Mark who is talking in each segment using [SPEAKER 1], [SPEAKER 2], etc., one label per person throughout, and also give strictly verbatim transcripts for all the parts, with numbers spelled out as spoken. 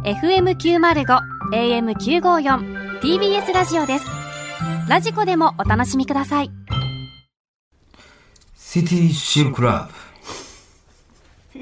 [SPEAKER 1] エフエムきゅうまるご エーエムきゅうごよん ティービーエス ラジオです。ラジコでもお楽しみください。
[SPEAKER 2] シティシルクラブ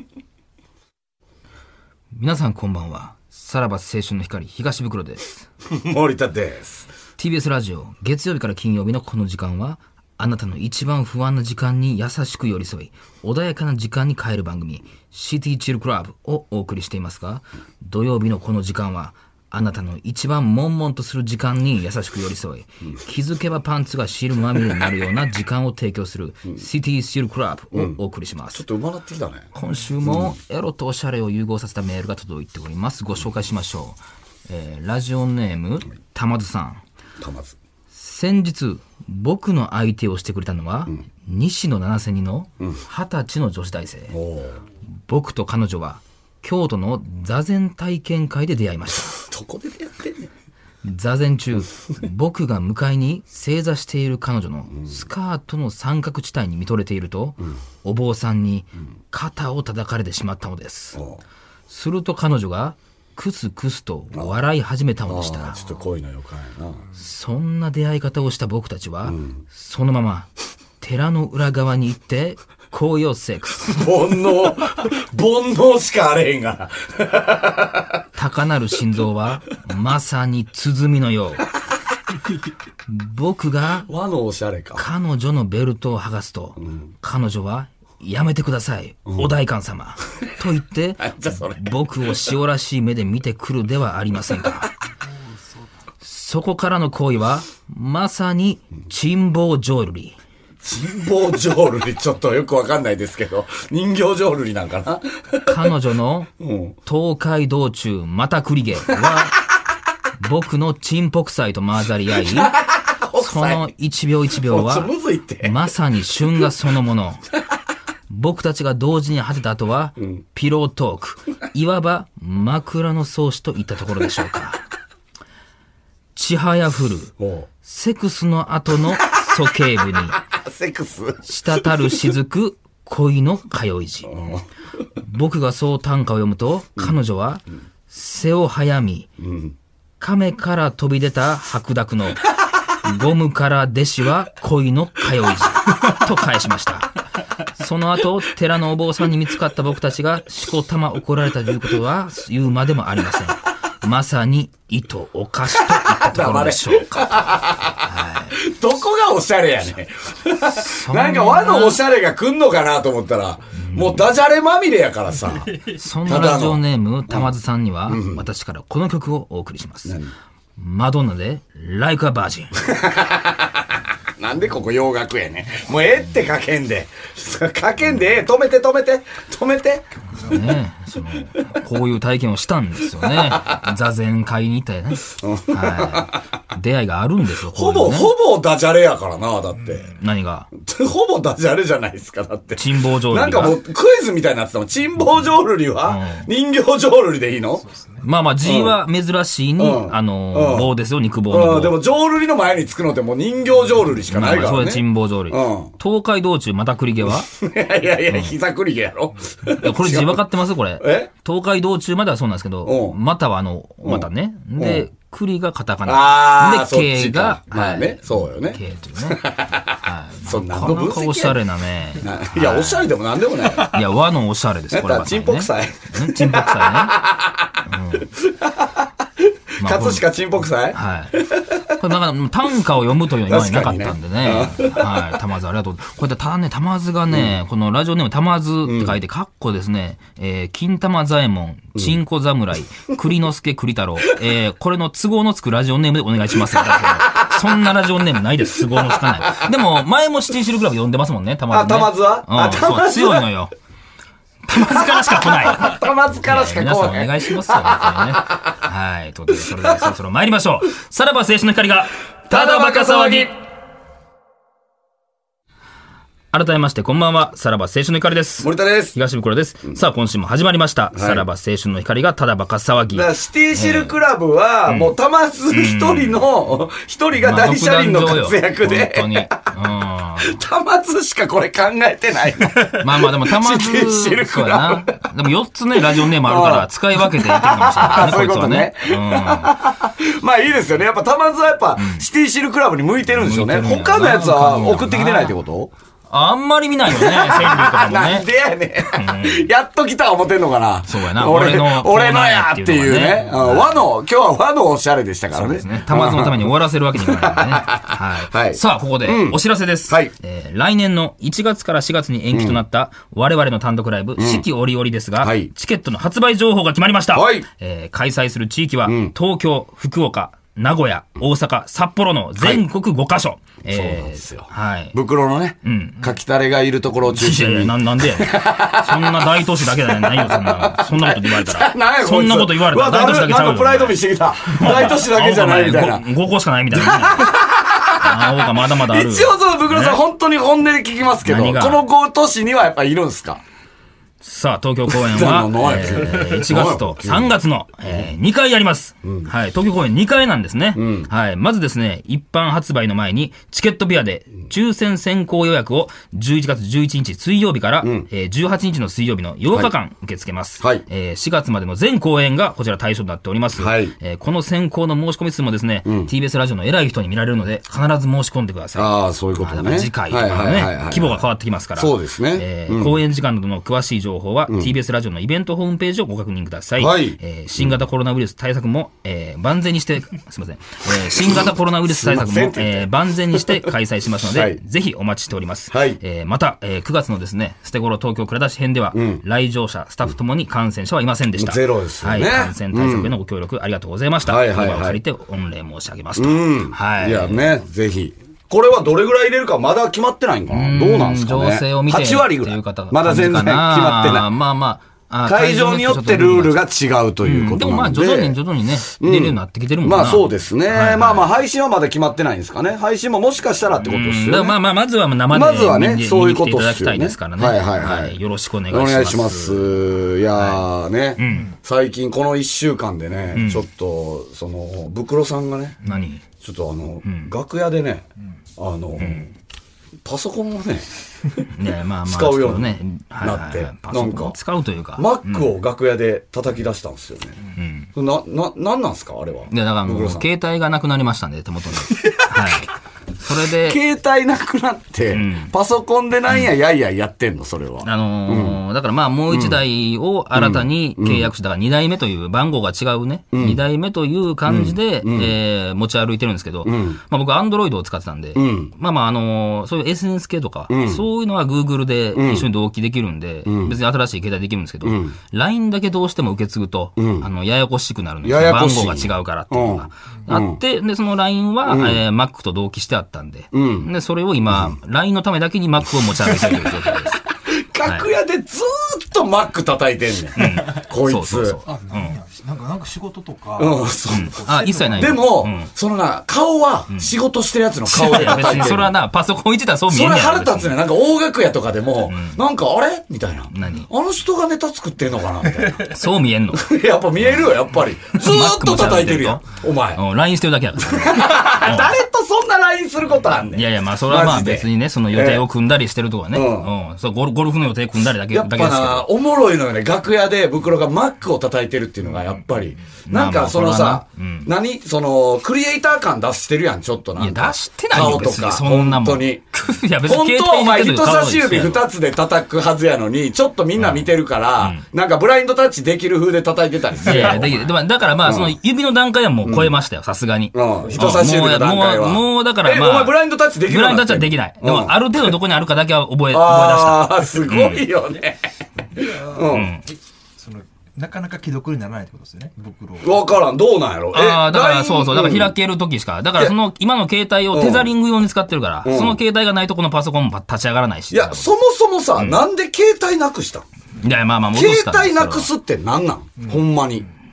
[SPEAKER 2] 皆さんこんばんは。さらば青春の光東袋です
[SPEAKER 3] 森田です。
[SPEAKER 2] ティービーエス ラジオ月曜日から金曜日のこの時間はあなたの一番不安な時間に優しく寄り添い穏やかな時間に変える番組シティチルクラブをお送りしていますが、土曜日のこの時間はあなたの一番悶々とする時間に優しく寄り添い、うん、気づけばパンツが汁まみれになるような時間を提供する、うん、シティチルクラブをお送りします、
[SPEAKER 3] うん、ちょっとうまなってきたね。
[SPEAKER 2] 今週もエロとおしゃれを融合させたメールが届いております。ご紹介しましょう、えー、ラジオネームたまずさん。
[SPEAKER 3] たまず、
[SPEAKER 2] 先日僕の相手をしてくれたのは、うん、西野七瀬二の二十歳の女子大生、うん、僕と彼女は京都の座禅体験会で出会いました。
[SPEAKER 3] どこで出会ってんねん。
[SPEAKER 2] 座禅中僕が迎えに正座している彼女のスカートの三角地帯に見とれていると、うん、お坊さんに肩を叩かれてしまったのです、うん、すると彼女がクスクスと笑い始めたのでした。
[SPEAKER 3] ちょっと恋の予感やな。
[SPEAKER 2] そんな出会い方をした僕たちは、うん、そのまま寺の裏側に行って紅葉セックス。
[SPEAKER 3] 煩悩煩悩しかあれへんが
[SPEAKER 2] 高鳴る心臓はまさに鼓のよう。僕が
[SPEAKER 3] 和のおしゃれか
[SPEAKER 2] 彼女のベルトを剥がすと、うん、彼女はやめてください、うん、お代官様と言って僕を塩らしい目で見てくるではありませんか。そこからの行為はまさに珍宝浄瑠璃。
[SPEAKER 3] 珍宝浄瑠璃ちょっとよくわかんないですけど人形浄瑠璃なんかな。
[SPEAKER 2] 彼女の東海道中また栗毛は僕のチンポ臭いと混ざり合いその一秒一秒はまさに春画そのもの。僕たちが同時に果てた後は、うん、ピロートーク、いわば枕草子といったところでしょうか。ちはやふるセクスの後の鼠径部に
[SPEAKER 3] セクス
[SPEAKER 2] 滴る雫恋の通い字。僕がそう短歌を読むと、うん、彼女は、うん、背を早み、うん、亀から飛び出た白濁のゴムから弟子は恋の通い字と返しました。その後寺のお坊さんに見つかった僕たちがしこたま怒られたということは言うまでもありません。まさに糸おかしといったところでしょうか。はい、
[SPEAKER 3] どこがおしゃれやねん。なんか和のおしゃれが来んのかなと思ったら、うん、もうダジャレまみれやからさ。
[SPEAKER 2] そんなラジオネームたまずさんには、うん、私からこの曲をお送りします。マドンナで Like a Virgin。
[SPEAKER 3] なんでここ洋楽やねん。もうええってかけんで。かけんでええ。止めて止めて。止めて。
[SPEAKER 2] ね、そのこういう体験をしたんですよね。座禅会に行ったよね。はい。出会いがあるんですよ。
[SPEAKER 3] こういうね、ほぼ、ほぼダジャレやからな、だって。
[SPEAKER 2] 何が
[SPEAKER 3] ほぼダジャレじゃないですか、だって。
[SPEAKER 2] 珍宝浄瑠璃。
[SPEAKER 3] なんかもうクイズみたいになってたもん。珍宝浄瑠璃は、うん、人形浄瑠璃でいいの？そうですね。ま
[SPEAKER 2] あまあ字は珍しいに、うん、あの、うん、棒ですよ、肉棒の棒。
[SPEAKER 3] うん、でも浄瑠璃の前につくのってもう人形浄瑠璃しかないからね。まあ、
[SPEAKER 2] それ珍宝浄瑠璃。うん、東海道中また栗毛は？
[SPEAKER 3] いやいやいや、うん、膝栗毛やろ。
[SPEAKER 2] これ字分かってますこれ。え？東海道中まではそうなんですけど、またはあの、またね。で、栗がカタカナ。で、K が、
[SPEAKER 3] まあね、そうよね。
[SPEAKER 2] K というね。はい。
[SPEAKER 3] そんなの分析や。
[SPEAKER 2] なかなかおしゃれなね。
[SPEAKER 3] いや、おしゃれでもなんでもない。
[SPEAKER 2] いや、和のおしゃれです、これは。
[SPEAKER 3] チンポ臭い。
[SPEAKER 2] チンポ臭いね。
[SPEAKER 3] 葛飾チンポ臭い？
[SPEAKER 2] はい。これなんか短歌を読むというのは今までなかったんでね。はい。たまずありがとう。こうやってただね、たまずがね、このラジオネームたまずって書いて、カッコですね、え、金玉左衛門、チンコ侍、栗之助栗太郎、え、これの都合のつくラジオネームでお願いします。そんなラジオネームないです。都合のつかない。でも、前もシティシルクラブ読んでますもんね、たまずね。
[SPEAKER 3] あ、たまずは？
[SPEAKER 2] うん、そう、強いのよ。たまずからしか来ない。
[SPEAKER 3] たまずからしか来ない。
[SPEAKER 2] 皆さんお願いしますよ、本当にね。はい。ということで、それではそろそろ参りましょう。さらば青春の光が、ただバカ騒ぎ。 改めましてこんばんは。さらば青春の光です。
[SPEAKER 3] 森田です。
[SPEAKER 2] 東袋です。うん、さあ今週も始まりました。はい、さらば青春の光がただバカ騒ぎ。
[SPEAKER 3] だからシティシルクラブは、もうたまず一人の、一、うん、人が大車輪の活躍で。
[SPEAKER 2] 本当に。うん、
[SPEAKER 3] たまずしかこれ考えてないの。
[SPEAKER 2] まあまあでもたまず、そうやな。でもよっつね、ラジオネームあるから使い分けていけるかもしれないね、
[SPEAKER 3] そういうことね。
[SPEAKER 2] こいつはね。
[SPEAKER 3] うん、まあいいですよね。やっぱたまずはやっぱ、シティシルクラブに向いてるんでしょうね。他のやつは送ってきてないってこと？
[SPEAKER 2] あんまり見ないよね、川柳とかもね。
[SPEAKER 3] なんでやねん。うん、やっと来た思ってんのかな。
[SPEAKER 2] そうやな。
[SPEAKER 3] 俺の、俺のやっていうね。うん、和の、今日は和のおしゃれでしたからね。
[SPEAKER 2] そうですね。たまずのために終わらせるわけにいかないからね。はい。はい、さあ、ここでお知らせです。うん、はい、えー。来年のいちがつからしがつに延期となった我々の単独ライブ、四季折々ですが、はい、チケットの発売情報が決まりました。はい、えー、開催する地域は、東京、福岡、名古屋、大阪、札幌の全国ごカ所。
[SPEAKER 3] はい、そうなんですよ。
[SPEAKER 2] はい。
[SPEAKER 3] 袋のね、うん。かきたれがいるところを中心に。
[SPEAKER 2] いやいや、な、なんでやねん。そんな大都市だけじゃないよ、そんな。そんなこと言われたら。なんやそんなこと言われたら大都市だけちゃうよ。
[SPEAKER 3] なんかプライド見してきた。大都市だけじゃないみたいな。
[SPEAKER 2] ごこしかないみたいな。ああ、まだまだある。
[SPEAKER 3] 一応その袋さん、本当に本音で聞きますけど、このご都市にはやっぱいるんすか？
[SPEAKER 2] さあ、東京公演は、えー、いちがつとさんがつの、えー、にかいやります、うん。はい。東京公演にかいなんですね、うん。はい。まずですね、一般発売の前に、チケットピアで、抽選先行予約をじゅういちがつじゅういちにち水曜日から、うん、えー、じゅうはちにちの水曜日のようかかん受け付けます。はい。えー、しがつまでの全公演がこちら対象となっております。はい。えー、この先行の申し込み数もですね、うん、ティービーエス ラジオの偉い人に見られるので、必ず申し込んでください。
[SPEAKER 3] ああ、そういうことね。
[SPEAKER 2] 次回とかのね、規模が変わってきますから。
[SPEAKER 3] そうですね。
[SPEAKER 2] えーうん、公演時間などの詳しい情報は、うん、ティービーエス ラジオのイベントホームページをご確認ください。はい。えー、新型コロナウイルス対策も、えー、万全にして、すみません。えー、新型コロナウイルス対策も、えー、万全にして開催しますので、はい、ぜひお待ちしております。はい。えー、また、えー、くがつのですね、ステゴロ東京蔵出し編では、うん、来場者、スタッフともに感染者はいませんでした。
[SPEAKER 3] ゼロですよね。
[SPEAKER 2] はい。感染対策へのご協力ありがとうございました。うん、はいはいはい。この場を借りて御礼申し上げますと。うん。はい。
[SPEAKER 3] いやね、ぜひ。これはどれぐらい入れるかまだ決まってないんかな。どうなんですかね。
[SPEAKER 2] 情勢を見て。
[SPEAKER 3] はちわりぐらい。まだ全然決まってない。
[SPEAKER 2] まあまあ。
[SPEAKER 3] 会場によってルールが違うということなので、うん、でもまあ
[SPEAKER 2] 徐々に徐々にね、入れるようになってきてるもんな、
[SPEAKER 3] うん、まあそうですね、はいはい。まあまあ配信はまだ決まってないんですかね。配信ももしかしたらってことですよね。
[SPEAKER 2] まあまあまずは生で、
[SPEAKER 3] まずはね、そういうこと
[SPEAKER 2] ですよね。いただきたいですからね。
[SPEAKER 3] はいはいはい。はい、
[SPEAKER 2] よろしくお願いします。
[SPEAKER 3] お願いします。いやーね、はいうん、最近この一週間でね、うん、ちょっと、その、ブクロさんがね、
[SPEAKER 2] 何
[SPEAKER 3] ちょっとあの、うん、楽屋でね、あの、うんパソコンをね、
[SPEAKER 2] ねまあまあ、
[SPEAKER 3] 使うようになって、
[SPEAKER 2] はいはいはい、パソコンを使うというか、
[SPEAKER 3] Mac を楽屋で叩き出したんですよね。うん、な、な、なんなんすかあれは。
[SPEAKER 2] いや、だからもう、携帯がなくなりましたんで、手元に。はい。それで。
[SPEAKER 3] 携帯なくなって、うん、パソコンでなんややいややってんのそれは。
[SPEAKER 2] あのーうん、だからまあもう一台を新たに契約した、だから二代目という番号が違うね、うん、二代目という感じで、うん、えー、持ち歩いてるんですけど、うん、まあ僕アンドロイドを使ってたんで、うん、まあまああのー、そういう エスエヌエス 系とか、うん、そういうのは Google で一緒に同期できるんで、うん、別に新しい携帯できるんですけど、うん、ライン だけどうしても受け継ぐと、うん、あの、ややこしくなるんですよ。番号が違うからっていうのが。あって、で、その ライン は、うん、えー、Mac と同期してあったんで、うんで、それを今、うん、ライン のためだけに Mac を持ち歩いているという状態です。
[SPEAKER 3] 楽屋でずーっと Mac 叩いてんねん。うん、こいつ。そうそうそう。あ、
[SPEAKER 4] うん、なんか、なんか仕事とか。
[SPEAKER 3] うん、そう。
[SPEAKER 2] あ、一切ない。
[SPEAKER 3] でも、うん、そのな、顔は仕事してるやつの顔で叩いてる。
[SPEAKER 2] 別にそれはな、パソコンいじったらそう見えんねん。
[SPEAKER 3] それ腹立つね。なんか大楽屋とかでも、うん、なんかあれみたいな。
[SPEAKER 2] 何
[SPEAKER 3] あの人がネタ作ってんのかなみたいな。
[SPEAKER 2] そう見えんの
[SPEAKER 3] やっぱ見えるよ、やっぱり。ずーっと叩いてるやん。お前。
[SPEAKER 2] うん、ライン してるだけやから。
[SPEAKER 3] 誰とそんな ライン することあんねん。
[SPEAKER 2] いやいや、まあ、それはまあ別にね、その予定を組んだりしてるとかね。うん。そう、ゴルゴルフの予定組んだりだけ、だけですけど。やっぱな、
[SPEAKER 3] おもろいのよね。楽屋で袋が Mac を叩いてるっていうのがやっぱり。なんかそのさ、何その、クリエイター感出してるやん、ちょっとなんか。
[SPEAKER 2] いや、出してないよ、別に。そんなもん。
[SPEAKER 3] 本当に。いや、別に。本当はお前人差し指二つで叩くはずやのに、ちょっっとみんな見てるから、うん、なんかブラインドタッチできる風で叩いてたりする。いやいや、で
[SPEAKER 2] もだからまあ、その指の段階はもう超えましたよ、さすがに。
[SPEAKER 3] うん。人差し指の段階は。
[SPEAKER 2] もう、もうだからまあ。
[SPEAKER 3] え、お前ブラインドタッチできる
[SPEAKER 2] ブラインドタッチはできない。でも、ある程度どこにあるかだけは覚え、覚え出した。
[SPEAKER 3] ああ、すごいよね。
[SPEAKER 4] うん。そのなかなか既読にならないってことですよね、袋。
[SPEAKER 3] わからん、どうなんやろ。
[SPEAKER 2] えああ、だからそうそう、だから開けるときしか。だからその、今の携帯をテザリング用に使ってるから、その携帯がないとこのパソコンも立ち上がらないし。
[SPEAKER 3] いや、そもそもさ、なんで携帯なくしたん？
[SPEAKER 2] いや、まあまあ、戻した。
[SPEAKER 3] 携帯なくすってなんなん？ほんまに。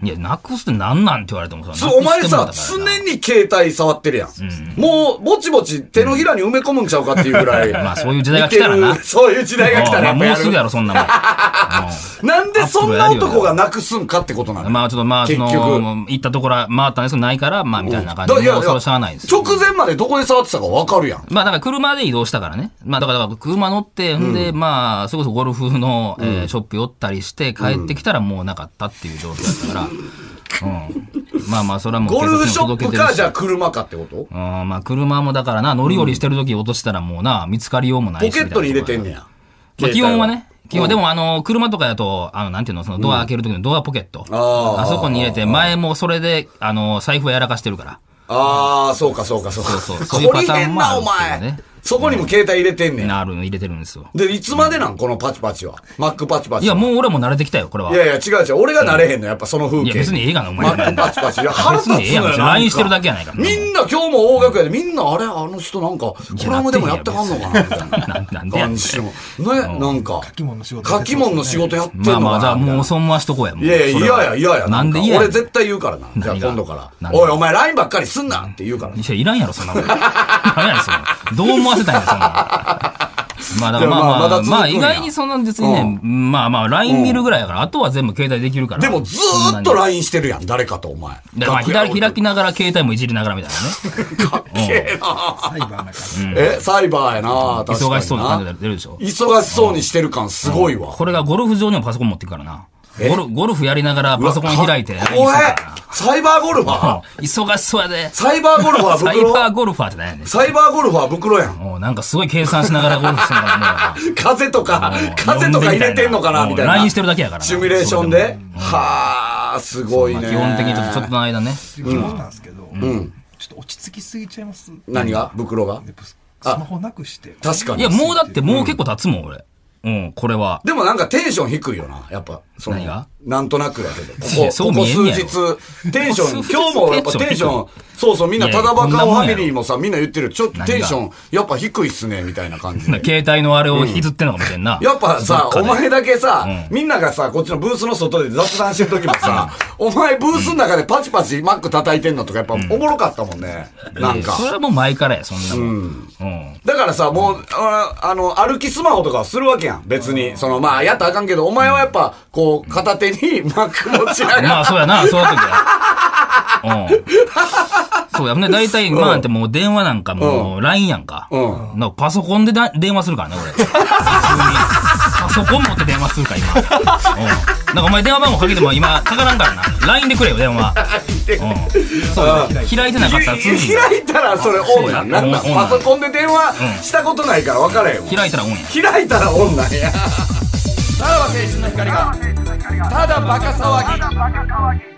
[SPEAKER 2] いや、なくすってなんなんって言われてもさ、
[SPEAKER 3] お前さ、常に携帯触ってるやん。うん、もう、ぼちぼち手のひらに埋め込むんちゃうかっていうぐらい。
[SPEAKER 2] まあ、そういう時代が来たらな。
[SPEAKER 3] そういう時代が来たらやっぱやる。
[SPEAKER 2] もうすぐやろ、そんなもん。
[SPEAKER 3] なんでそんな男がなくすんかってことなの？
[SPEAKER 2] まあ、ちょっとまあ、その、行ったところ回ったんですけど、ないから、まあ、みたいな感じで。もうそれしゃあないです。
[SPEAKER 3] 直前までどこで触ってたかわかるやん。
[SPEAKER 2] まあ、だから車で移動したからね。まあ、だから、車乗って、んで、まあ、それこそゴルフのショップ寄ったりして、帰ってきたらもうなかったっていう状況だったから。うん、まあまあ、それはもう
[SPEAKER 3] ゴルフショップか、じゃあ車かってこと？
[SPEAKER 2] うん、まあ車もだからな、乗り降りしてる時落としたらもうな、見つかりようもないし。
[SPEAKER 3] ポケットに入れてんねや。
[SPEAKER 2] まあ基本はね、基本はでもあの、車とかだと、あの、なんていうの、そのドア開ける時のドアポケット。うん、あ, あそこに入れて、前もそれで、あの、財布をやらかしてるから。
[SPEAKER 3] ああ、そうかそうかそうか。
[SPEAKER 2] そうそう。そういうパターンもあるっていうね。
[SPEAKER 3] そこにも携帯入れてんねん。
[SPEAKER 2] なるの入れてるんですよ。
[SPEAKER 3] で、いつまでなんこのパチパチは。マックパチパチ。
[SPEAKER 2] いや、もう俺も慣れてきたよ、これは。
[SPEAKER 3] いやいや、違う違う。俺が慣れへんの、やっぱその風景。
[SPEAKER 2] いや、別にええがな、お前。
[SPEAKER 3] マックパチパチ。いや、腹立つのよ。別にええやん。
[SPEAKER 2] ライン してるだけやないか。
[SPEAKER 3] みんな、今日も大楽屋で、みんな、あれ、あの人なんか、コラムでもやってはんのかなみたいな。
[SPEAKER 2] なんでやん
[SPEAKER 3] しても。ね、なんか。
[SPEAKER 4] 書き物の仕事。
[SPEAKER 3] 書き物の仕事やってんのかな。
[SPEAKER 2] まあまあ、じゃあもう損回しとこうや。
[SPEAKER 3] いやいや、嫌や、嫌や。
[SPEAKER 2] なんで嫌や。
[SPEAKER 3] 俺絶対言うからな。じゃあ今度から。おい、お前 ライン ばっかりすんなって言うから。
[SPEAKER 2] いや、いらんやろ、そんなもん。何やねん、そんな。どう思わせたいんだよ、そんな。まあだからまあまあ、まあ、まあ意外にそんな別にね、うん、まあまあ ライン 見るぐらいやから、あとは全部携帯できるから。
[SPEAKER 3] でもずーっと ライン してるやん、誰かとお前。
[SPEAKER 2] でまあ左開きながら携帯もいじりながらみたいな
[SPEAKER 3] ね。かっけえな
[SPEAKER 4] サイバーな感じ。
[SPEAKER 3] え、サイバーやな確かにな。
[SPEAKER 2] 忙しそうな感じで出るでしょ。
[SPEAKER 3] 忙しそうにしてる感すごいわ。
[SPEAKER 2] これがゴルフ場にもパソコン持ってくからな。ゴルゴルフやりながらパソコン開いて。
[SPEAKER 3] おいサイバーゴルファー
[SPEAKER 2] 忙しそうやで。
[SPEAKER 3] サイバーゴルファー袋
[SPEAKER 2] サイバーゴルファーって何やねん。
[SPEAKER 3] サイバーゴルファー袋やん。
[SPEAKER 2] もうなんかすごい計算しながらゴルフしてんのかもう。
[SPEAKER 3] 風とか、風とか入れてんのかなみたいな。
[SPEAKER 2] ライン してるだけやから。
[SPEAKER 3] シミュレーションで。はあ、すごいね。
[SPEAKER 2] 基本的にちょっとちょっとの間ね。
[SPEAKER 4] 基本なんですけど、ちょっと落ち着きすぎちゃいます。
[SPEAKER 3] 何が袋が
[SPEAKER 4] スマホなくして。
[SPEAKER 3] 確かに。
[SPEAKER 2] いや、もうだってもう結構経つもん、俺。うん、これは。
[SPEAKER 3] でもなんかテンション低いよな、やっぱ。
[SPEAKER 2] 何が
[SPEAKER 3] なんとなくやけど。ここ、ここ数日、テンション、今日もやっぱテンション、そうそう、みんなただバカオファミリーもさ、みんな言ってる、ちょっとテンション、やっぱ低いっすね、みたいな感じで。
[SPEAKER 2] 携帯のあれを引きずってんのかもしれんな。
[SPEAKER 3] やっぱさ、お前だけさ、みんながさ、こっちのブースの外で雑談してる時もさ、お前ブースの中でパチパチマック叩いてんのとかやっぱおもろかったもんね。なんか。
[SPEAKER 2] それはもう前からや、そんなもん。
[SPEAKER 3] だからさ、もう、あの、歩きスマホとかするわけやん、別に。その、まあ、やったらあかんけど、お前はやっぱ、こう、片手にマック持ちながら。
[SPEAKER 2] まあ、そうやな、そういう時は。うん。そうやね。だいたい今なんてもう電話なんかもう ライン やんか。うん。なんかパソコンで電話するからね、俺。普通に。パソコン持って電話するから、今。うん。なんかお前電話番号かけても今、かからんからな。ライン でくれよ、電話。うん。そうだ、開いてなかったら通じ
[SPEAKER 3] 開いたらそれオンなんなんだ。パソコンで電話したことないから分からへんわ。
[SPEAKER 2] 開いたらオンや。
[SPEAKER 3] 開いたらオンなんや。さらば青春の光が、ただバカ騒ぎ。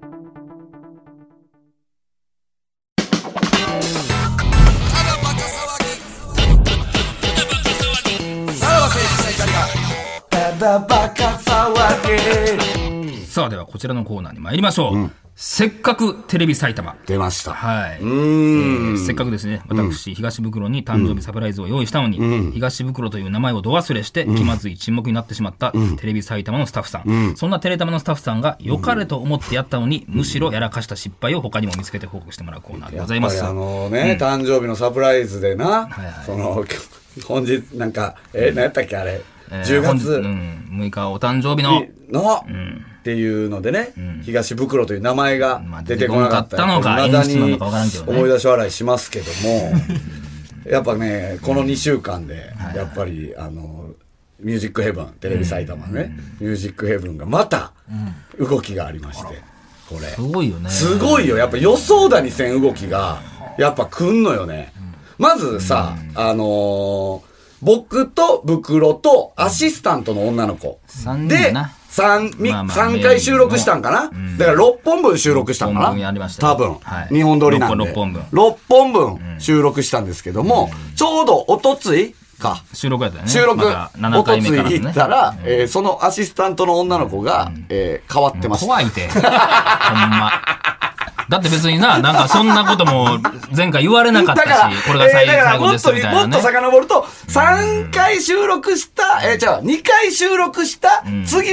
[SPEAKER 2] さあではこちらのコーナーに参りましょう、うん、せっかくテレビ埼玉
[SPEAKER 3] 出ました。
[SPEAKER 2] はい。うーん、えー、せっかくですね、私、うん、東袋に誕生日サプライズを用意したのに、うん、東袋という名前をど忘れして、うん、気まずい沈黙になってしまった、うん、テレビ埼玉のスタッフさん、うん、そんなテレタマのスタッフさんが良かれと思ってやったのに、うん、むしろやらかした失敗を他にも見つけて報告してもらうコーナーでございます。
[SPEAKER 3] やっぱりあのね、うん、誕生日のサプライズでな、はいはい、その本日なんかえー、何やったっけあれ、えー、じゅうがつ、うん、
[SPEAKER 2] むいかお誕生日の
[SPEAKER 3] の、うんっていうのでね、うん、東袋という名前が出てこなかった。
[SPEAKER 2] まあ、出てこなかったのか、演出なのか分からんけどね。
[SPEAKER 3] 思い出し笑いしますけども、やっぱね、このにしゅうかんで、やっぱり、あの、ミュージックヘブン、テレビ埼玉ね、うん、ミュージックヘブンがまた動きがありまして、これ。
[SPEAKER 2] すごいよね。
[SPEAKER 3] すごいよ。やっぱ予想だにせん動きが、やっぱ来んのよね。まずさ、うん、あのー、僕と袋とアシスタントの女の子。で、三、まあまあ、三回収録したんかな、うん、だからろっぽんぶん収録したんかな、ろっぽんぶんやりました多分、はい。にほん撮りなんで。ろっぽんぶん。ろっぽんぶん収録したんですけども、うん、ちょうどおとついか。
[SPEAKER 2] 収録やったよね。
[SPEAKER 3] 収録、ま、おとつい行ったら、うん、えー、そのアシスタントの女の子が、うん、えー、変わってました。
[SPEAKER 2] 怖いて。ほんま。だって別にな、なんかそんなことも前回言われなかったし、これが最後ですみたいなね。
[SPEAKER 3] もっと遡ると、さんかい収録した、えー、じゃあにかい収録した次の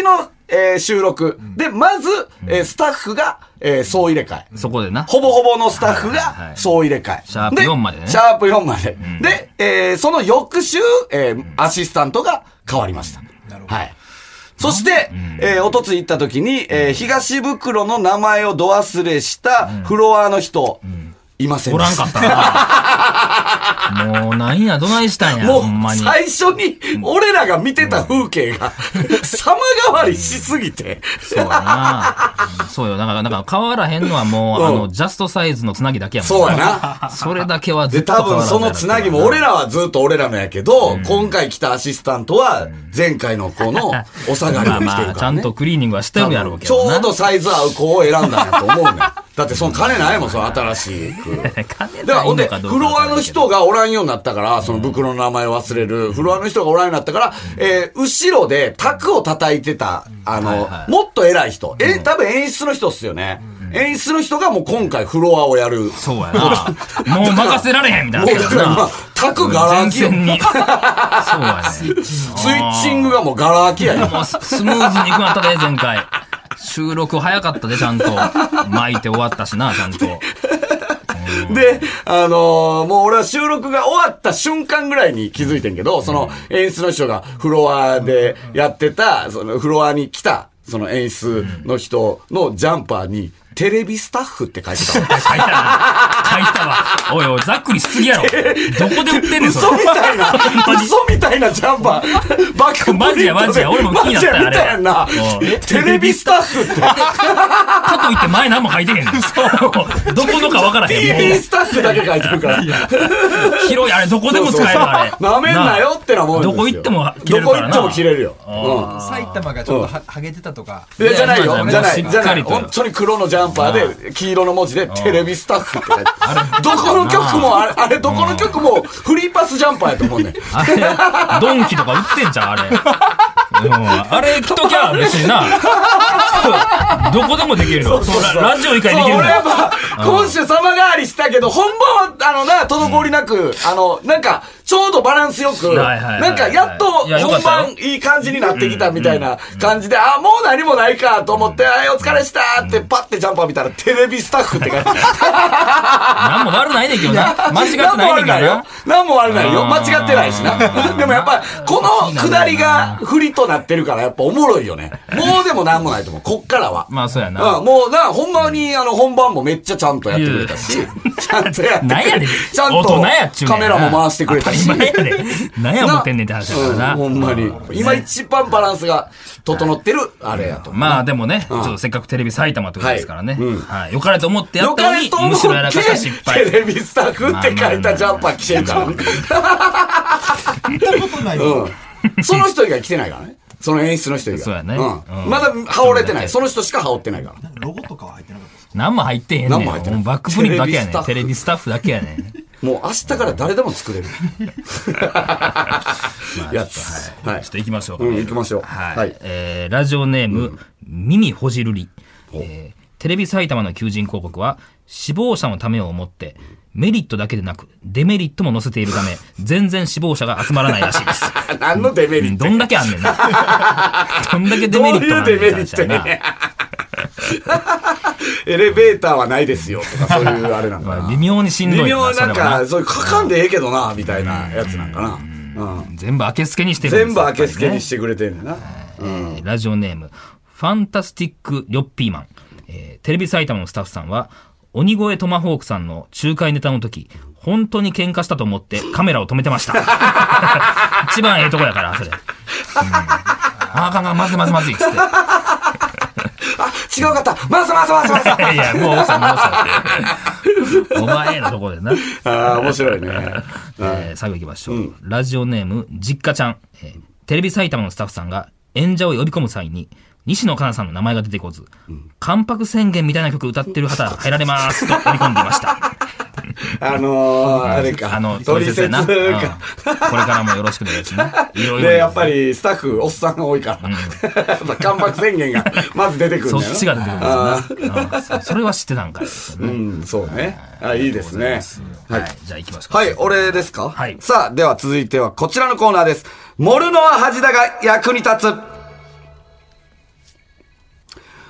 [SPEAKER 3] えー収録。で、まず、えースタッフが、えー総入れ替え。
[SPEAKER 2] そこでな。
[SPEAKER 3] ほぼほぼのスタッフ
[SPEAKER 2] はいはいはい
[SPEAKER 3] が総入れ替え。
[SPEAKER 2] シャープよんまでね
[SPEAKER 3] シャープよんまで。で、えーその翌週、えーアシスタントが変わりました。はい。そして、えーおとつい行った時に、えー東袋の名前をど忘れしたフロアの人、いません
[SPEAKER 2] お
[SPEAKER 3] でした。
[SPEAKER 2] らんかったな。もうなんや、どないしたんや、
[SPEAKER 3] も
[SPEAKER 2] ほんまに。
[SPEAKER 3] う最初に俺らが見てた風景が様変わりしすぎて。
[SPEAKER 2] そうやな。そうよ。だから、だから変わらへんのはもう、
[SPEAKER 3] うん
[SPEAKER 2] あの、ジャストサイズのつなぎだけやもん
[SPEAKER 3] そうやな。
[SPEAKER 2] それだけはず
[SPEAKER 3] で、多
[SPEAKER 2] っと変わらず
[SPEAKER 3] 分そのつなぎも俺らはずっと俺らのやけど、今回来たアシスタントは前回の子のお下がりを着てる
[SPEAKER 2] まあまあ、ち
[SPEAKER 3] からね。
[SPEAKER 2] ゃんとクリーニングはしてるやろうけ
[SPEAKER 3] ち
[SPEAKER 2] どな。
[SPEAKER 3] ょうどサイズ合う子を選んだんやと思うねん。だってその金ないもん、その新しい服。
[SPEAKER 2] 金
[SPEAKER 3] だから
[SPEAKER 2] ない
[SPEAKER 3] ほんで、
[SPEAKER 2] のかどうか
[SPEAKER 3] フロアの人がおらんようになったから、その袋の名前を忘れる、フロアの人がおらんようになったから、えー、後ろでタクを叩いてた、あの、
[SPEAKER 2] はいはい
[SPEAKER 3] もっと偉い人。え、多分演出の人っすよね。演出の人がもう今回フロアをやる。
[SPEAKER 2] そうやな。もう任せられへんみたいな。
[SPEAKER 3] もうだから今、タクガラ空きよ。
[SPEAKER 2] 全然に。そうやね。
[SPEAKER 3] スイッチングがもうガラ空きやよ。
[SPEAKER 2] もうススムーズにいくなったで、前回。収録早かったで、ちゃんと。巻いて終わったしな、ちゃんと。
[SPEAKER 3] で、あのーもう俺は収録が終わった瞬間ぐらいに気づいてんけど、その演出の人がフロアでやってた、そのフロアに来た、その演出の人のジャンパーに、テレビスタッフって書いてたわ。
[SPEAKER 2] 書いたな。書いたわ。おいおい、ざっくりしすぎやろ。どこで売ってんねん、それ。
[SPEAKER 3] 嘘みたいな、嘘みたいなジャンパー。バックプリントで
[SPEAKER 2] マジやマジや俺も気になったよ
[SPEAKER 3] マジや見たやんな
[SPEAKER 2] うん。
[SPEAKER 3] テレビスタッフって。
[SPEAKER 2] かといって前何も書いてへんねん。そう。どこのか分からへん。も
[SPEAKER 3] ティービー スタッフだけ書いてるから。
[SPEAKER 2] う広い、あれ、どこでも使える、あれ。
[SPEAKER 3] なめんなよってなもんですよ。
[SPEAKER 2] どこ行っても着れるからな
[SPEAKER 3] どこ行っても着れるよ。うん。
[SPEAKER 4] 埼玉がちょっとははげてたとか。
[SPEAKER 3] いや、じゃないよ。
[SPEAKER 2] いや
[SPEAKER 3] じゃない。
[SPEAKER 2] もう
[SPEAKER 3] じゃない。
[SPEAKER 2] しっかりと
[SPEAKER 3] 本当に黒のジャンパーで、黄色の文字で、テレビスタッフって書いてある。どこの曲も、あれ、あれ、どこの曲も、フリーパスジャンパーやと思うねん。
[SPEAKER 2] あれ、ドンキとか売ってんじゃん、あれ。うん、あれ着ときゃ別にな。どこでもできるよ。そうララジオ以外できる
[SPEAKER 3] そう、
[SPEAKER 2] んだよ。
[SPEAKER 3] 俺やっぱ、今週様変わりしたけど、本番は、あのな、滞りなく、あの、なんか、ちょうどバランスよく、
[SPEAKER 2] はいはいはいはい
[SPEAKER 3] なんか、やっと
[SPEAKER 2] いやよか
[SPEAKER 3] 本
[SPEAKER 2] ったよ
[SPEAKER 3] 番いい感じになってきたみたいな感じで、あ、もう何もないかと思って、あ、お疲れしたって、パッてジャンパー見たら、テレビスタッフって書いてある。
[SPEAKER 2] 何も悪ないねんけどな。間違ってないねんけどな。
[SPEAKER 3] 何も悪ないよ。
[SPEAKER 2] あー
[SPEAKER 3] 間違ってないしな。でもやっぱ、この下りが振りとなってるから、やっぱおもろいよね。もうでも何もないと思う。こっからは。
[SPEAKER 2] まあそうやな。
[SPEAKER 3] うん、もうな、ほんまに、あの、本番もめっちゃちゃんとやってくれたし、ちゃんとやってくれ
[SPEAKER 2] なんやねん。
[SPEAKER 3] ちゃん
[SPEAKER 2] 大人
[SPEAKER 3] と
[SPEAKER 2] やっちゅうねん
[SPEAKER 3] カメラも回してくれたし。
[SPEAKER 2] 当たり前やねん。なんや思ってんねんって話だからな。
[SPEAKER 3] うん、ほんまに。今一番バランスが整ってる、あれやと思う。
[SPEAKER 2] まあでもね、ちょっとせっかくテレビ埼玉ってことですからね。
[SPEAKER 3] はいうん
[SPEAKER 2] はい。よかれと思ってや
[SPEAKER 3] よ
[SPEAKER 2] ったのに、
[SPEAKER 3] かれと思っ
[SPEAKER 2] むしろやらかした失
[SPEAKER 3] て、テ
[SPEAKER 2] 敗。
[SPEAKER 3] レビスタッフって書いたジャンパー着てるから。
[SPEAKER 4] 見たことないよ。
[SPEAKER 3] うん。その人以外着てないからね。その演出の人以外。
[SPEAKER 2] そうやね
[SPEAKER 3] うん。
[SPEAKER 2] うん
[SPEAKER 3] まだ羽織れてない。その人しか羽織ってないから。
[SPEAKER 4] ロゴとかは入ってなかったです。
[SPEAKER 2] 何も入ってへんねん。
[SPEAKER 3] 何も入ってない
[SPEAKER 2] もうバックプリントだけやねん。
[SPEAKER 3] テレビスタッフ
[SPEAKER 2] テレビスタッフだけやねん。
[SPEAKER 3] もう明日から誰でも作れる。やつ。はい
[SPEAKER 2] ちょっ。と行きましょうかね。
[SPEAKER 3] うん、行きましょう。
[SPEAKER 2] はい。
[SPEAKER 3] はい。
[SPEAKER 2] えーラジオネーム、耳ほじるり。えーテレビ埼玉の求人広告は、死亡者のためを思って、メリットだけでなく、デメリットも載せているため、全然死亡者が集まらないらしいです。
[SPEAKER 3] 何のデメリット
[SPEAKER 2] どんだけあんねんな。どんだけデメリットなん
[SPEAKER 3] どういうデメリ
[SPEAKER 2] ねん
[SPEAKER 3] ットやねエレベーターはないですよとか、そういうあれなんかな。
[SPEAKER 2] まあ微妙にしんどいな
[SPEAKER 3] 微妙なん
[SPEAKER 2] それは
[SPEAKER 3] か、そういう書かんでええけどな、みたいなやつなんかな。うん。
[SPEAKER 2] 全部明けすけにしてるんです
[SPEAKER 3] 全部明けすけに
[SPEAKER 2] やっ
[SPEAKER 3] してくれてんねんな。
[SPEAKER 2] ぱりねえーラジオネーム、ファンタスティック・リョッピーマン。えーテレビ埼玉のスタッフさんは、鬼越トマホークさんの仲介ネタの時、本当に喧嘩したと思ってカメラを止めてました。一番ええとこやから、それ。うん、ああかんかん、まずいまずいまずいっつって。
[SPEAKER 3] あ、違うかった。回す回す回す回す。
[SPEAKER 2] いや、もう遅い、もう遅いって。お前のとこでな。
[SPEAKER 3] ああ、面白いね。
[SPEAKER 2] えー最後行きましょう。ラジオネーム、実家ちゃん。えーテレビ埼玉のスタッフさんが演者を呼び込む際に、西野カナさんの名前が出てこず、関白宣言みたいな曲歌ってる方入られますと織り込んでいました。
[SPEAKER 3] あのー、あれか。
[SPEAKER 2] あの、
[SPEAKER 3] トリセツ
[SPEAKER 2] やな。うんこれ
[SPEAKER 3] か。
[SPEAKER 2] からもよろしくお願いします。いろいろ。
[SPEAKER 3] で、やっぱりスタッフ、おっさんが多いから。やっぱ関白宣言がまず出てくるんだよ
[SPEAKER 2] そっちが出てくるんですよな。うんそれは知ってたんかいですよね。
[SPEAKER 3] うん、そうね。あ、いいですね。
[SPEAKER 2] はい。じゃあ行きましょうか。
[SPEAKER 3] はい、俺ですか
[SPEAKER 2] はい
[SPEAKER 3] さあ、では続いてはこちらのコーナーです。モルノア恥だが役に立つ。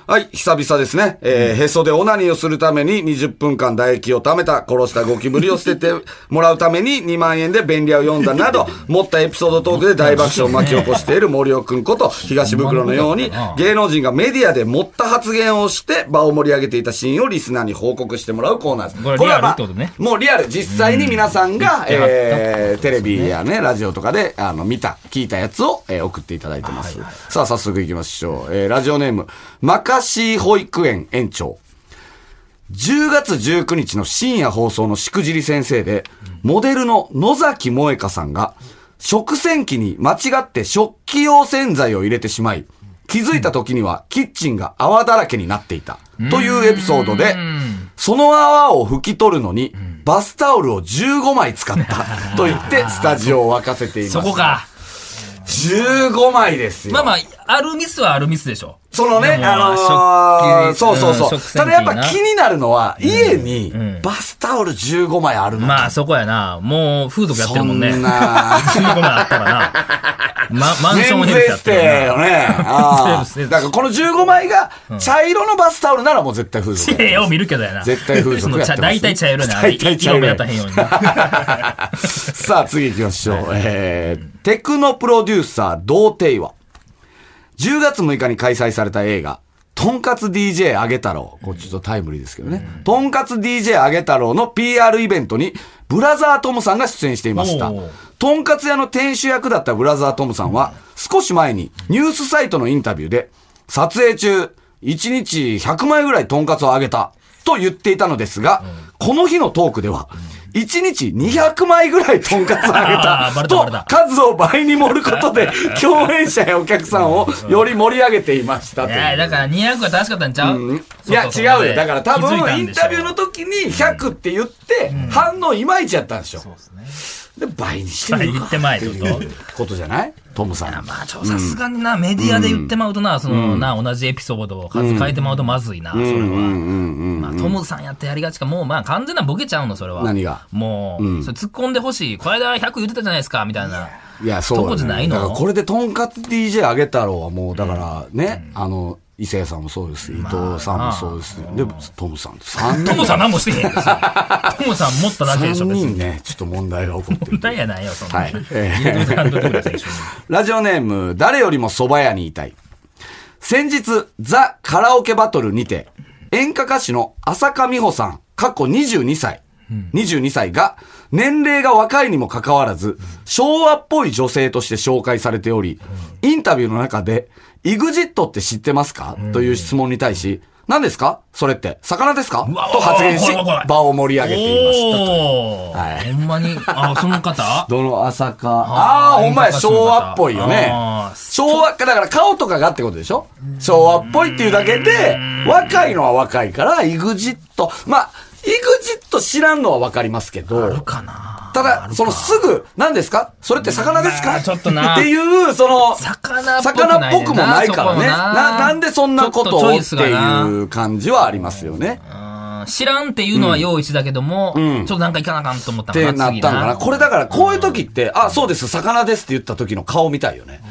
[SPEAKER 3] はい、久々ですね。えー、へそでオナニーをするためににじゅっぷんかん唾液を溜めた、殺したゴキブリを捨ててもらうためににまんえんで便利屋を読んだなど、持ったエピソードトークで大爆笑を巻き起こしている森尾くんこと東袋のように、芸能人がメディアで持った発言をして場を盛り上げていたシーンをリスナーに報告してもらうコーナーです。
[SPEAKER 2] これリアルってことね。
[SPEAKER 3] もうリアル、実際に皆さんが、えー、テレビやね、ラジオとかで、あの、見た、聞いたやつを、えー、送っていただいてます。さあ、早速行きましょう。えー、ラジオネーム、マカシー保育園園長。じゅうがつじゅうくにちの深夜放送のしくじり先生で、モデルの野崎萌香さんが、食洗機に間違って食器用洗剤を入れてしまい、気づいた時にはキッチンが泡だらけになっていた。というエピソードで、その泡を拭き取るのに、バスタオルをじゅうごまい使ったと言ってスタジオを沸かせています。
[SPEAKER 2] そこか。
[SPEAKER 3] じゅうごまいですよ。
[SPEAKER 2] まあまあ、あるミスはあるミスでしょ。
[SPEAKER 3] そのね、あのー、そうそうそう。ただやっぱ気になるのは、家にバスタオルじゅうごまいあるのか。
[SPEAKER 2] まあそこやな。もう風俗やってるもんね。
[SPEAKER 3] そんな。
[SPEAKER 2] じゅうごまいあったらな。ま、マンションヘルスやってる
[SPEAKER 3] よね。ああ。だからこのじゅうごまいが、茶色のバスタオルならもう絶対風俗。
[SPEAKER 2] 絵を見るけどやな。
[SPEAKER 3] 絶対風俗やってます。
[SPEAKER 2] 大体茶色な。
[SPEAKER 3] 大体茶色
[SPEAKER 2] やったへんように。
[SPEAKER 3] さあ次行きましょう。えー、テクノプロデューサー童貞は、じゅうがつむいかに開催された映画、とんかつ ディージェー あげ太郎。これちょっとタイムリーですけどね。とんかつ ディージェー あげ太郎の ピーアール イベントに、ブラザートムさんが出演していました。とんかつ屋の店主役だったブラザートムさんは、少し前にニュースサイトのインタビューで、撮影中、いちにちひゃくまいぐらいとんかつをあげた、と言っていたのですが、この日のトークでは、いちにちにひゃくまいぐらいとんかつあげたと数を倍に盛ることで共演者やお客さんをより盛り上げていましたと。
[SPEAKER 2] いやだからにひゃくは正しかったんちゃう、うん、
[SPEAKER 3] いや違うよ。だから多分インタビューの時にひゃくって言って反応いまいちやったんでしょ。そうですね。で倍にしてみるか
[SPEAKER 2] 言ってまいということ
[SPEAKER 3] じゃないトムさん。
[SPEAKER 2] まあちょさすがにな、メディアで言ってまうとな、そのな同じエピソードを数変えてまうとまずいな、それは。まあトムさんやってやりがちか、もうまあ完全なボケちゃうのそれは。
[SPEAKER 3] 何が？
[SPEAKER 2] もうそれ突っ込んでほしい。この間ひゃく言ってたじゃないですかみたいな。
[SPEAKER 3] いやそう。と
[SPEAKER 2] こじゃないの。
[SPEAKER 3] だからこれでとんかつ ディージェー あげ太郎はもうだからね、あの。伊勢さんもそうです。伊藤さんもそうです。で、トムさん。さんにん。
[SPEAKER 2] トムさん何もしてへん。トムさん持っただけでしょ、別に。
[SPEAKER 3] さんにんね、ちょっと問題が起こってる。
[SPEAKER 2] 問題やないよ、そんな。はい。
[SPEAKER 3] えラジオネーム、誰よりも蕎麦屋にいたい。先日、ザ・カラオケバトルにて、演歌歌手の浅香美穂さん、過去にじゅうにさい。にじゅうにさいが、年齢が若いにもかかわらず、昭和っぽい女性として紹介されており、インタビューの中で、イグジットって知ってますかという質問に対し、何ですかそれって、魚ですかと発言し、場を盛り上げていましたと。
[SPEAKER 2] はい。ほんまに、あ、その方
[SPEAKER 3] どの朝か。ああ、ほんまや、昭和っぽいよね。昭和、だから顔とかがってことでしょ昭和っぽいっていうだけで、若いのは若いから、イグジット。まあ、イグジット知らんのはわかりますけど。
[SPEAKER 2] あるかな
[SPEAKER 3] ただ、そのすぐ、何ですかそれって魚ですか
[SPEAKER 2] ちょっとな。
[SPEAKER 3] っていう、その、
[SPEAKER 2] 魚っ
[SPEAKER 3] ぽくもないからね。な、なんでそんなことをっていう感じはありますよね。
[SPEAKER 2] 知らんっていうのは用意しだけども、ちょっとなんかいかなあかんと思った
[SPEAKER 3] のかな。ってなったのかな。これだから、こういう時って、あ、そうです、魚ですって言った時の顔見たいよね。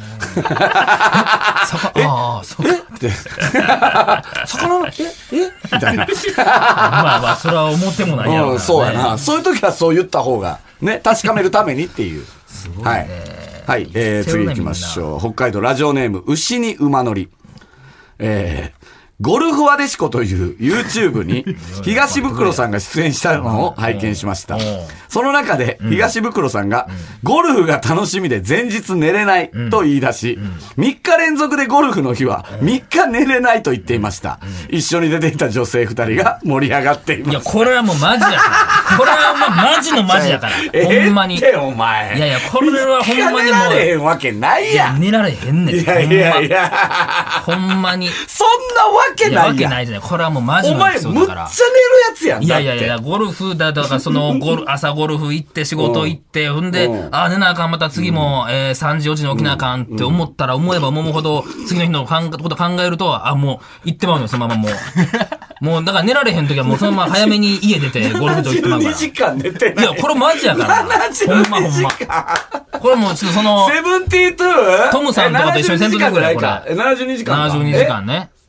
[SPEAKER 2] えああ、そうか。
[SPEAKER 3] えって。魚の、ええみたいな。
[SPEAKER 2] まあまあ、それは思ってもないやろうな。
[SPEAKER 3] そうやな。そういう時はそう言った方が、ね、確かめるためにっていう。
[SPEAKER 2] すごいね。
[SPEAKER 3] はい。はい、えー、次行きましょう。北海道ラジオネーム、牛に馬乗り。えー、ゴルフワデシコという YouTube に東袋さんが出演したのを拝見しました。その中で東袋さんがゴルフが楽しみで前日寝れないと言い出し、みっか連続でゴルフの日はみっか寝れないと言っていました。一緒に出ていた女性ふたりが盛り上がっています。
[SPEAKER 2] いや、これはもうマジやから。これはもうマジのマジやから。ほんまに。
[SPEAKER 3] えー、お前。
[SPEAKER 2] いやいや、これはほんまにもう。
[SPEAKER 3] 寝られへんわけないやん。
[SPEAKER 2] 寝られへんねん。
[SPEAKER 3] いやいやいや。
[SPEAKER 2] ほんまに。
[SPEAKER 3] そんなわけないやん。
[SPEAKER 2] わけないじゃない。これはもうマジのエピソードだから。
[SPEAKER 3] お前、むっちゃ寝るやつやん。
[SPEAKER 2] いやいやいや、ゴルフだとか、その、ゴル、朝ゴルフ行って、仕事行って、ほんで、ああ、寝なあかん、また次も、えー、さんじよじに起きなあかんって思ったら、思えば思うほど、次の日のこと考えると、あ、もう、行ってまうの、そのままもう。もう、だから寝られへんときはもうそのまま早めに家出て、ゴルフ場行ってまうから。
[SPEAKER 3] ななじゅうにじかん寝てない。
[SPEAKER 2] いや、これマジやから。
[SPEAKER 3] ななじゅうにじかん。
[SPEAKER 2] ほんまほんま。これもうちょっとその、
[SPEAKER 3] セブンティートゥー
[SPEAKER 2] トムさんとかと一緒にせんときぐらいこれ。
[SPEAKER 3] ななじゅうにじかん。
[SPEAKER 2] ななじゅうにじかんね。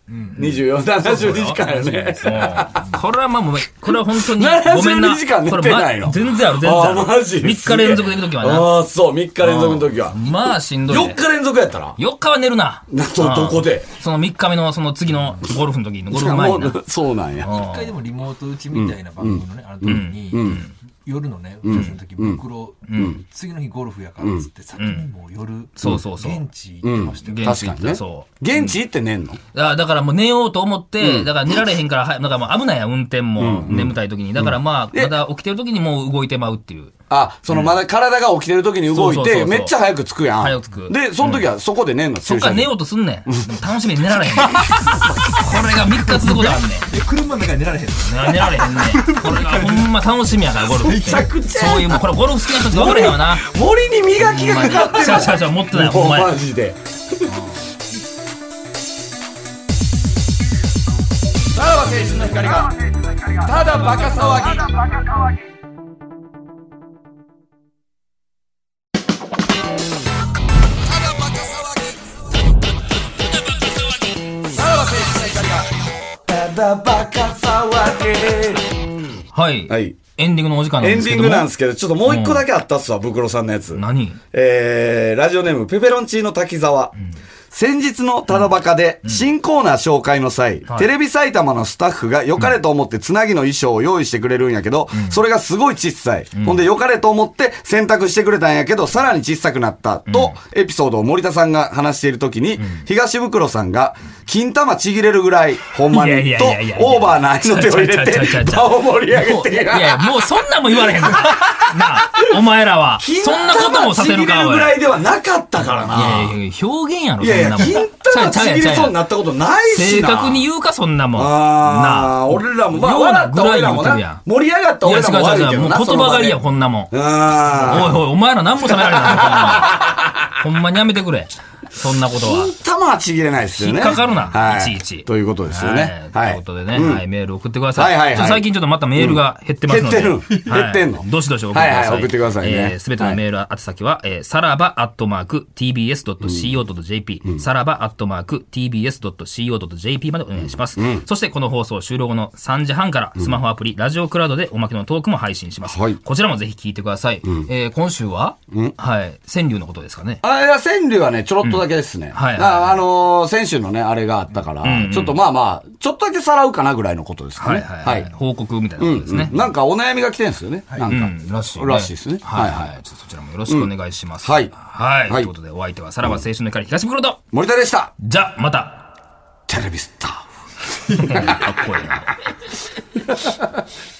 [SPEAKER 3] にじゅうよん、ななじゅうにじかんよね。
[SPEAKER 2] これはまあもう、これは本当に、ごめんな。
[SPEAKER 3] ななじゅうにじかん寝てないの？
[SPEAKER 2] これ、ま、全然ある、全然ある。
[SPEAKER 3] あ、マジ
[SPEAKER 2] みっか連続で行くときはな。
[SPEAKER 3] ああ、そう、みっか連続のときは。
[SPEAKER 2] まあ、しんどい、ね。
[SPEAKER 3] よっか連続やったら ?
[SPEAKER 2] よっかは寝るな。
[SPEAKER 3] な、ど、どこで
[SPEAKER 2] そのみっかめの、その次のゴルフの時のゴルフ前にな。
[SPEAKER 3] そうなんや。
[SPEAKER 4] 一回でもリモート打ちみたいな番組のね、あの時に、夜のね、打ち合わせの時、袋、次の日ゴルフやからっつって、先にもう夜、
[SPEAKER 2] そうそうそう。
[SPEAKER 4] 現地行ってましたよ。
[SPEAKER 3] 確かにね。
[SPEAKER 2] そう。
[SPEAKER 3] 現地行って寝んの？
[SPEAKER 2] だからもう寝ようと思って、だから寝られへんから、だからもう危ないや、運転も眠たい時に。だからまあ、まだ起きてる時にもう動いてまうっていう。
[SPEAKER 3] あ、そのまだ体が起きてる時に動いて、めっちゃ早く着くやん。
[SPEAKER 2] 早く着く。
[SPEAKER 3] で、その時はそこで寝んの？
[SPEAKER 2] そっから寝ようとすんねん。楽しみに寝られへん。これがみっか続くことあんねん。
[SPEAKER 4] え、車の中で寝られへんの？
[SPEAKER 2] 寝られへんねん。これがほんま楽しみやから、ゴルフ。
[SPEAKER 3] めちゃくちゃ。
[SPEAKER 2] そういう、もうこれゴルフ好きな人って分からへんわな。
[SPEAKER 3] 森に磨きがかかってる。
[SPEAKER 2] ちゃうちゃうちゃう、持ってない、ほんまに。
[SPEAKER 3] マジで。さらば青春の光が、ただバカ騒ぎ。
[SPEAKER 2] はい。はい。エンディングのお時間なんですけども。
[SPEAKER 3] エンディングなんですけど、ちょっともう一個だけあったっすわ、ブクロさんのやつ。
[SPEAKER 2] 何？
[SPEAKER 3] えー、ラジオネーム、ペペロンチーノ滝沢。うん、先日のただバカで、新コーナー紹介の際、うん、テレビ埼玉のスタッフが良かれと思ってつなぎの衣装を用意してくれるんやけど、うん、それがすごい小さい。うん、ほんで良かれと思って選択してくれたんやけど、さらに小さくなった、と、エピソードを森田さんが話しているときに、うん、東袋さんが、金玉ちぎれるぐらい、ほんまに、と、オーバーな愛の手を入れて、場を盛り上げて。
[SPEAKER 2] いやいや、もうそんなも言われへんの。なあ、お前らは。そんなこともさせるか、
[SPEAKER 3] 金玉ちぎれるぐらいではなかったからな。
[SPEAKER 2] いやいや、表現やろ、
[SPEAKER 3] いやいや、金玉ちぎれそうになったことないしな。
[SPEAKER 2] 正確に言うか、そんなもん。
[SPEAKER 3] ああ、俺らも、まあ、笑った俺らもな。盛り上がった俺らも悪いけどな。
[SPEAKER 2] もう言葉狩りや、こんなもん。おいおい、お前ら何も喋られない。ほんまにやめてくれ。そんなことは。
[SPEAKER 3] 金玉はちぎれないですよね。
[SPEAKER 2] 引っかかるな、いちいち。
[SPEAKER 3] ということですよね。
[SPEAKER 2] はい。ということでね、はい、メール送ってください。はいはいはい。最近ちょっとまたメールが減ってますので。
[SPEAKER 3] 減ってる減ってんの
[SPEAKER 2] どしどし送ってください。
[SPEAKER 3] はいはい、送ってくださいね。
[SPEAKER 2] すべてのメール宛先は、さらばアットマーク ティービーエスドットシーオードットジェーピー、さらばアットマーク ティービーエスドットシーオードットジェーピー までお願いします。そしてこの放送終了後のさんじはんから、スマホアプリ、ラジオクラウドでおまけのトークも配信します。こちらもぜひ聞いてください。今週は、はい、川柳のことですかね。
[SPEAKER 3] あ、いや、川柳はね、ちょろっとだけですね。はい。あのー、先週のね、あれがあったから、うんうん、ちょっとまあまあ、ちょっとだけさらうかなぐらいのことですかね。
[SPEAKER 2] はいはい、はい。報告みたいなことですね。
[SPEAKER 3] うんうん、なんかお悩みが来てるんですよね。はい、なんか、うん、
[SPEAKER 2] らしい、ね。
[SPEAKER 3] らしいですね。
[SPEAKER 2] はいはい。ちょっとそちらもよろしくお願いします。
[SPEAKER 3] うん、はい。
[SPEAKER 2] はい。ということで、お相手はさらば青春の光東袋と
[SPEAKER 3] 森田でした。
[SPEAKER 2] じゃ、また。
[SPEAKER 3] テレビスター。
[SPEAKER 2] かっこいいな。